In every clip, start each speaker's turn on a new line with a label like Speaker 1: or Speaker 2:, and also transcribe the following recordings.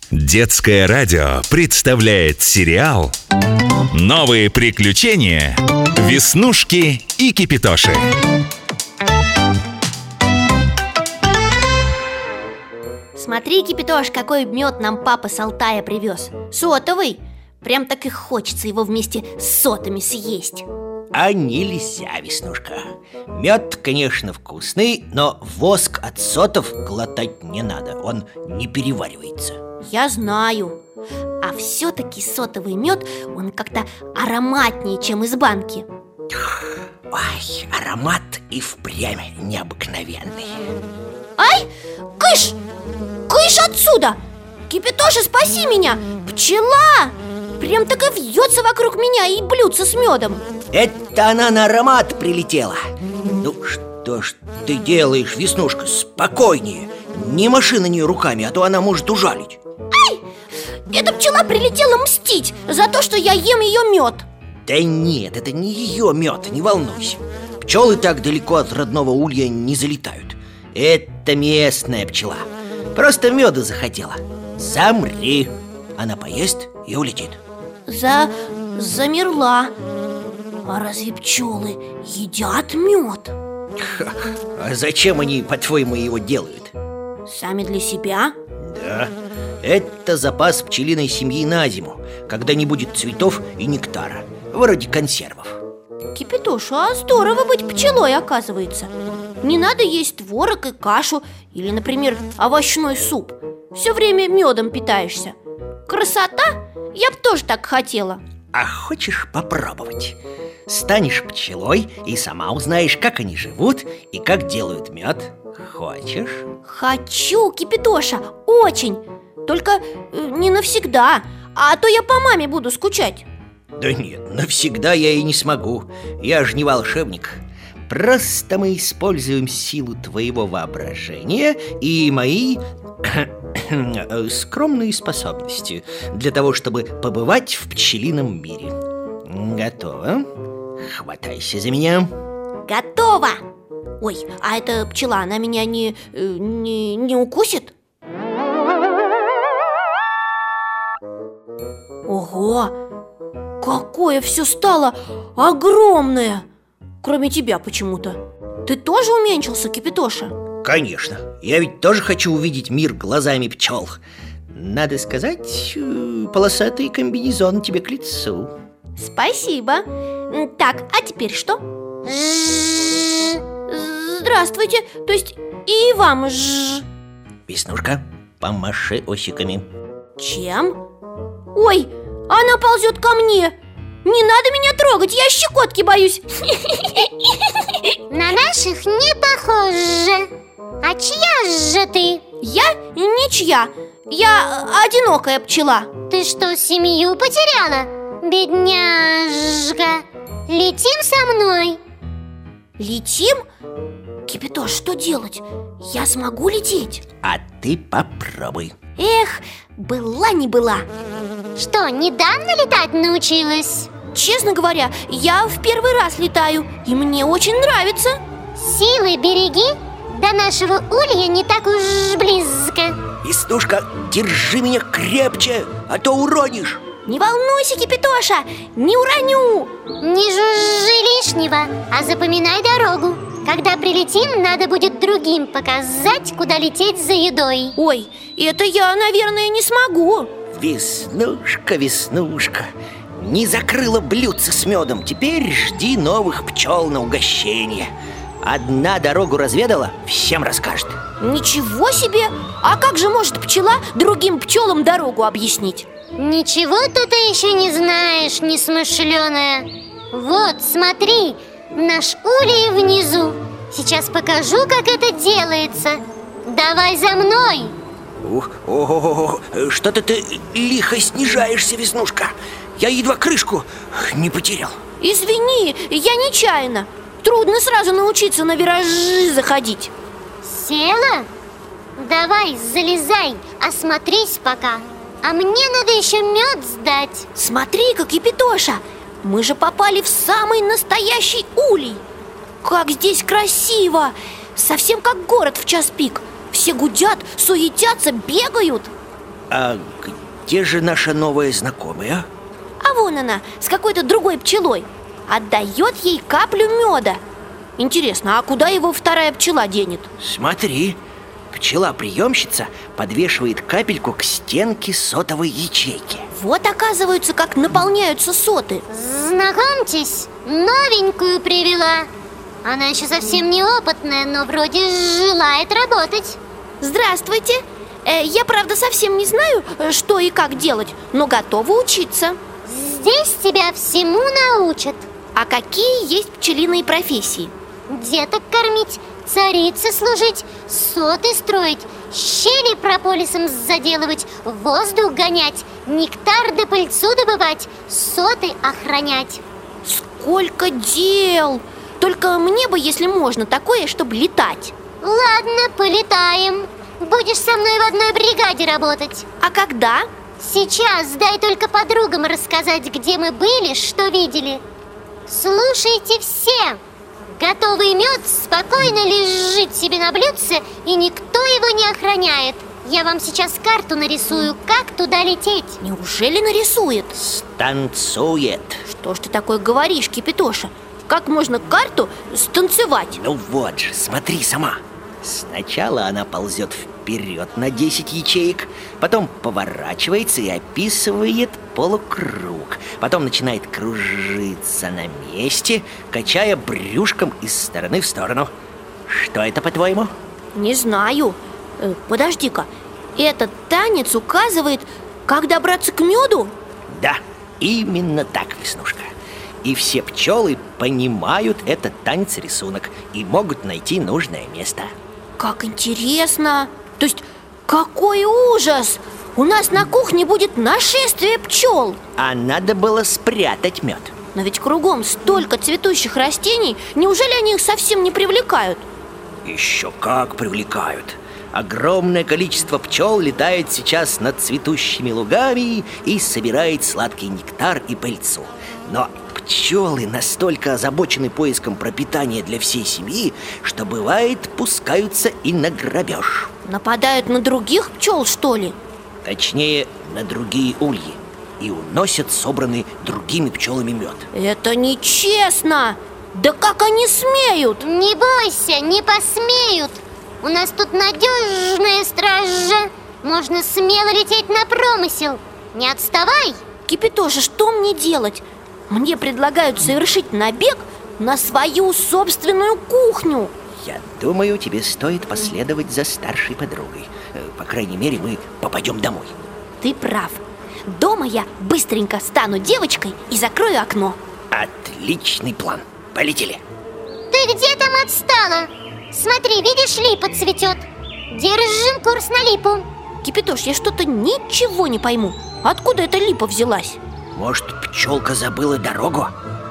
Speaker 1: Детское радио представляет сериал «Новые приключения. Веснушки и Кипитоши».
Speaker 2: Смотри, Кипитош, какой мед нам папа с Алтая привез. Сотовый. Прям так и хочется его вместе с сотами съесть.
Speaker 3: А нельзя, Веснушка. Мед, конечно, вкусный, но воск от сотов глотать не надо. Он не переваривается.
Speaker 2: Я знаю. А все-таки сотовый мед, он как-то ароматнее, чем из банки.
Speaker 3: Ой, аромат и впрямь необыкновенный.
Speaker 2: Ай, кыш! Кыш отсюда! Кипитоша, спаси меня! Пчела! Прям так и вьется вокруг меня и блюдце с медом.
Speaker 3: Это она на аромат прилетела. Ну что ж ты делаешь, Веснушка? Спокойнее. Не маши на нее руками, а то она может ужалить.
Speaker 2: Ай! Эта пчела прилетела мстить за то, что я ем ее мед.
Speaker 3: Да нет, это не ее мед, не волнуйся. Пчелы так далеко от родного улья не залетают. Это местная пчела. Просто меда захотела. Замри. Она поест и улетит.
Speaker 2: Замерла. А разве пчелы едят мед?
Speaker 3: А зачем они, по-твоему, его делают?
Speaker 2: Сами для себя?
Speaker 3: Да, это запас пчелиной семьи на зиму, когда не будет цветов и нектара, вроде консервов.
Speaker 2: Кипитоша, а здорово быть пчелой, оказывается. Не надо есть творог и кашу или, например, овощной суп. Все время медом питаешься. Красота? Я бы тоже так хотела.
Speaker 3: А хочешь попробовать? Станешь пчелой и сама узнаешь, как они живут и как делают мед. Хочешь?
Speaker 2: Хочу, Кипитоша, очень. Только не навсегда, а то я по маме буду скучать.
Speaker 3: Да нет, навсегда я и не смогу. Я же не волшебник. Просто мы используем силу твоего воображения и мои скромные способности для того, чтобы побывать в пчелином мире. Готово? Хватайся за меня.
Speaker 2: Готово! Ой, а эта пчела, она меня не укусит? Ого! Какое все стало огромное! Кроме тебя почему-то. Ты тоже уменьшился, Кипитоша?
Speaker 3: Конечно, я ведь тоже хочу увидеть мир глазами пчел. Надо сказать, полосатый комбинезон тебе к лицу.
Speaker 2: Спасибо. Так, а теперь что? Здравствуйте, то есть и вам
Speaker 3: Веснушка, помаши осиками.
Speaker 2: Чем? Ой, она ползет ко мне. Не надо меня трогать, я щекотки боюсь.
Speaker 4: На наших не похоже. А чья же ты?
Speaker 2: Я ничья. Я одинокая пчела.
Speaker 4: Ты что, семью потеряла? Бедняжка. Летим со мной.
Speaker 2: Летим? Кипитош, что делать? Я смогу лететь?
Speaker 3: А ты попробуй.
Speaker 2: Эх, была не была.
Speaker 4: Что, недавно летать научилась?
Speaker 2: Честно говоря, я в первый раз летаю, и мне очень нравится.
Speaker 4: Силы береги, до нашего улья не так уж близко.
Speaker 3: Веснушка, держи меня крепче, а то уронишь.
Speaker 2: Не волнуйся, Кипитоша, не уроню.
Speaker 4: Не жужжи лишнего, а запоминай дорогу. Когда прилетим, надо будет другим показать, куда лететь за едой.
Speaker 2: Ой, это я, наверное, не смогу.
Speaker 3: Веснушка, Веснушка, не закрыла блюдце с медом. Теперь жди новых пчел на угощение. Одна дорогу разведала, всем расскажет.
Speaker 2: Ничего себе! А как же может пчела другим пчелам дорогу объяснить?
Speaker 4: Ничего-то ты еще не знаешь, несмышленая. Вот, смотри, наш улей внизу. Сейчас покажу, как это делается. Давай за мной.
Speaker 3: Что-то ты лихо снижаешься, Веснушка. Я едва крышку не потерял.
Speaker 2: Извини, я нечаянно. Трудно сразу научиться на виражи заходить.
Speaker 4: Села? Давай, залезай, осмотрись пока. А мне надо еще мед сдать.
Speaker 2: Смотри-ка, Кипитоша, мы же попали в самый настоящий улей. Как здесь красиво! Совсем как город в час пик. Все гудят, суетятся, бегают.
Speaker 3: А где же наша новая знакомая?
Speaker 2: А вон она, с какой-то другой пчелой. Отдает ей каплю меда. Интересно, а куда его вторая пчела денет?
Speaker 3: Смотри, пчела-приемщица подвешивает капельку к стенке сотовой ячейки.
Speaker 2: Вот, оказывается, как наполняются соты.
Speaker 4: Знакомьтесь, новенькую привела. Она еще совсем неопытная, но вроде желает работать.
Speaker 2: Здравствуйте. Я, правда, совсем не знаю, что и как делать, но готова учиться.
Speaker 4: Здесь тебя всему научат.
Speaker 2: А какие есть пчелиные профессии?
Speaker 4: Деток кормить, царице служить, соты строить, щели прополисом заделывать, воздух гонять, нектар да пыльцу добывать, соты охранять.
Speaker 2: Сколько дел! Только мне бы, если можно, такое, чтобы летать.
Speaker 4: Ладно, полетаем. Будешь со мной в одной бригаде работать.
Speaker 2: А когда?
Speaker 4: Сейчас дай только подругам рассказать, где мы были, что видели. Слушайте все. Готовый мед спокойно лежит себе на блюдце, и никто его не охраняет. Я вам сейчас карту нарисую, как туда лететь.
Speaker 2: Неужели нарисует?
Speaker 3: Станцует.
Speaker 2: Что ж ты такое говоришь, Кипитоша? Как можно карту станцевать?
Speaker 3: Ну вот же, смотри сама. Сначала она ползет вперед на 10 ячеек, потом поворачивается и описывает полукруг. Потом начинает кружиться на месте, качая брюшком из стороны в сторону. Что это, по-твоему?
Speaker 2: Не знаю. Подожди-ка, этот танец указывает, как добраться к меду?
Speaker 3: Да, именно так, Веснушка. И все пчелы понимают этот танец-рисунок и могут найти нужное место.
Speaker 2: Как интересно! То есть, какой ужас! У нас на кухне будет нашествие пчел.
Speaker 3: А надо было спрятать мед.
Speaker 2: Но ведь кругом столько цветущих растений. Неужели они их совсем не привлекают?
Speaker 3: Еще как привлекают. Огромное количество пчел летает сейчас над цветущими лугами и собирает сладкий нектар и пыльцу. Но пчелы настолько озабочены поиском пропитания для всей семьи, что, бывает, пускаются и на грабеж.
Speaker 2: Нападают на других пчел, что ли?
Speaker 3: Точнее, на другие ульи. И уносят собранный другими пчелами мед.
Speaker 2: Это нечестно! Да как они смеют?
Speaker 4: Не бойся, не посмеют. У нас тут надежная стража. Можно смело лететь на промысел. Не отставай.
Speaker 2: Кипитоша, что мне делать? Мне предлагают совершить набег на свою собственную кухню.
Speaker 3: Я думаю, тебе стоит последовать за старшей подругой. По крайней мере, мы попадем домой.
Speaker 2: Ты прав. Дома я быстренько стану девочкой и закрою окно.
Speaker 3: Отличный план. Полетели.
Speaker 4: Ты где там отстала? Смотри, видишь, липа цветет. Держим курс на липу.
Speaker 2: Кипитош, я что-то ничего не пойму. Откуда эта липа взялась?
Speaker 3: Может, пчелка забыла дорогу?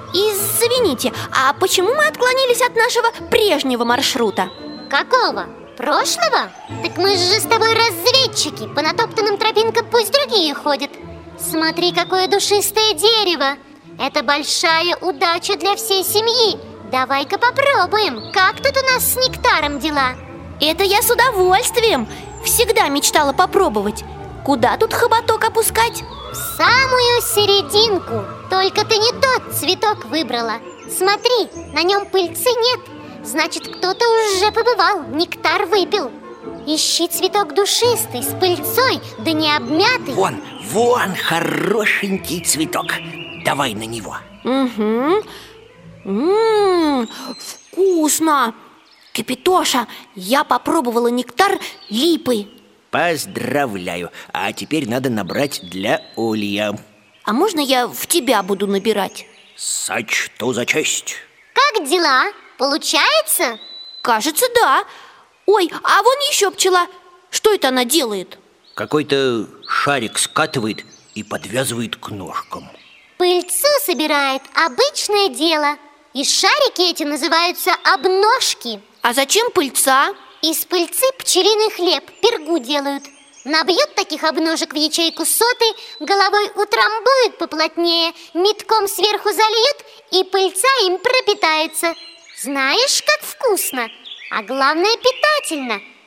Speaker 2: Извините, а почему мы отклонились от нашего прежнего маршрута?
Speaker 4: Какого? Прошлого? Так мы же с тобой разведчики. По натоптанным тропинкам пусть другие ходят. Смотри, какое душистое дерево. Это большая удача для всей семьи. Давай-ка попробуем, как тут у нас с нектаром дела.
Speaker 2: Это я с удовольствием. Всегда мечтала попробовать. Куда тут хоботок опускать?
Speaker 4: В самую серединку. Только ты не тот цветок выбрала. Смотри, на нем пыльцы нет. Значит, кто-то уже побывал, нектар выпил. Ищи цветок душистый, с пыльцой, да не обмятый.
Speaker 3: Вон хорошенький цветок. Давай на него.
Speaker 2: Угу. Вкусно. Кипитоша, я попробовала нектар липы.
Speaker 3: Поздравляю. А теперь надо набрать для улья.
Speaker 2: А можно я в тебя буду набирать?
Speaker 3: Сочту за честь.
Speaker 4: Как дела? Получается?
Speaker 2: Кажется, да. Ой, а вон еще пчела. Что это она делает?
Speaker 3: Какой-то шарик скатывает и подвязывает к ножкам.
Speaker 4: Пыльцу собирает, обычное дело. И шарики эти называются обножки.
Speaker 2: А зачем пыльца?
Speaker 4: Из пыльцы пчелиный хлеб, пергу делают. Набьют таких обножек в ячейку соты, головой утрамбуют поплотнее, метком сверху зальют, и пыльца им пропитается. Знаешь, как вкусно, а главное питательно.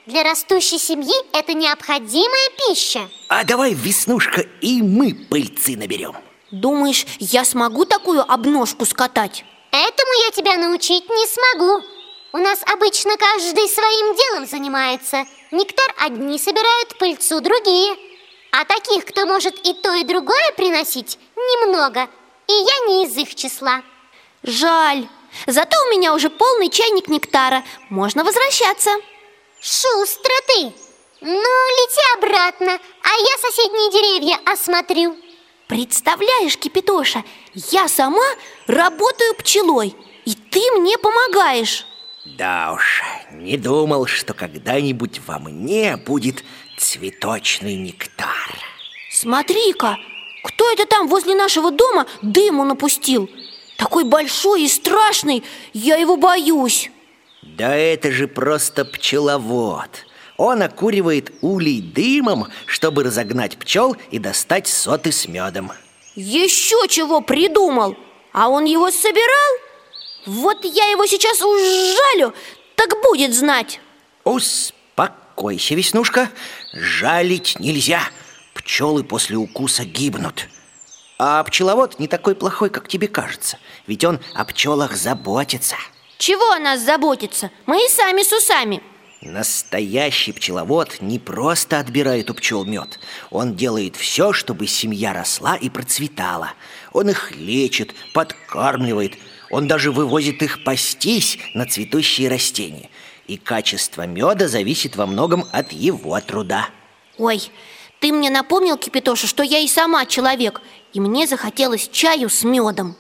Speaker 4: Для растущей семьи это необходимая пища.
Speaker 3: А давай, Веснушка, и мы пыльцы наберем.
Speaker 2: Думаешь, я смогу такую обножку скатать?
Speaker 4: Этому я тебя научить не смогу. У нас обычно каждый своим делом занимается. Нектар одни собирают, пыльцу другие. А таких, кто может и то, и другое приносить, немного. И я не из их числа.
Speaker 2: Жаль. Зато у меня уже полный чайник нектара. Можно возвращаться.
Speaker 4: Шустро ты. Ну, лети обратно, а я соседние деревья осмотрю.
Speaker 2: Представляешь, Кипитоша, я сама работаю пчелой, и ты мне помогаешь.
Speaker 3: Да уж, не думал, что когда-нибудь во мне будет цветочный нектар.
Speaker 2: Смотри-ка, кто это там возле нашего дома дыму напустил? Такой большой и страшный, я его боюсь.
Speaker 3: Да это же просто пчеловод. Он окуривает улей дымом, чтобы разогнать пчел и достать соты с медом.
Speaker 2: Еще чего придумал? А он его собирал? Вот я его сейчас ужалю, так будет знать.
Speaker 3: Успокойся, Веснушка, жалить нельзя. Пчелы после укуса гибнут. А пчеловод не такой плохой, как тебе кажется. Ведь он о пчелах заботится.
Speaker 2: Чего о нас заботиться? Мы и сами с усами.
Speaker 3: Настоящий пчеловод не просто отбирает у пчел мед. Он делает все, чтобы семья росла и процветала. Он их лечит, подкармливает. Он даже вывозит их пастись на цветущие растения. И качество меда зависит во многом от его труда.
Speaker 2: Ой, ты мне напомнил, Кипитоша, что я и сама человек, и мне захотелось чаю с медом.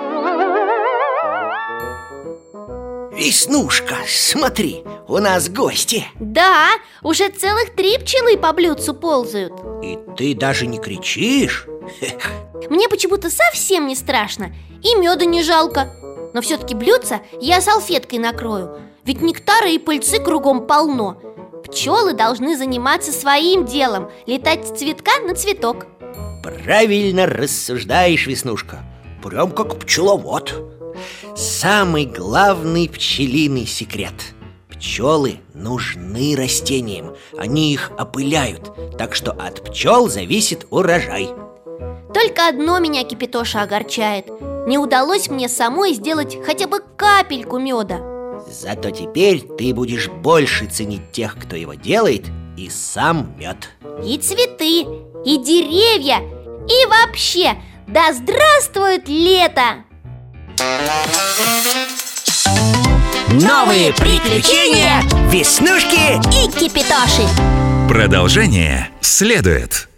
Speaker 3: Веснушка, смотри, у нас гости.
Speaker 2: Да, уже целых 3 пчелы по блюдцу ползают.
Speaker 3: И ты даже не кричишь?
Speaker 2: Мне почему-то совсем не страшно, и меда не жалко. Но все-таки блюдца я салфеткой накрою, ведь нектара и пыльцы кругом полно. Пчелы должны заниматься своим делом, летать с цветка на цветок.
Speaker 3: Правильно рассуждаешь, Веснушка. Прям как пчеловод. Самый главный пчелиный секрет: пчелы нужны растениям. Они их опыляют, так что от пчел зависит урожай.
Speaker 2: Только одно меня, Кипитоша, огорчает: не удалось мне самой сделать хотя бы капельку меда.
Speaker 3: Зато теперь ты будешь больше ценить тех, кто его делает, и сам мед.
Speaker 2: И цветы, и деревья, и вообще, да здравствует лето!
Speaker 3: Новые приключения Веснушки
Speaker 2: и Кипитоши.
Speaker 1: Продолжение следует.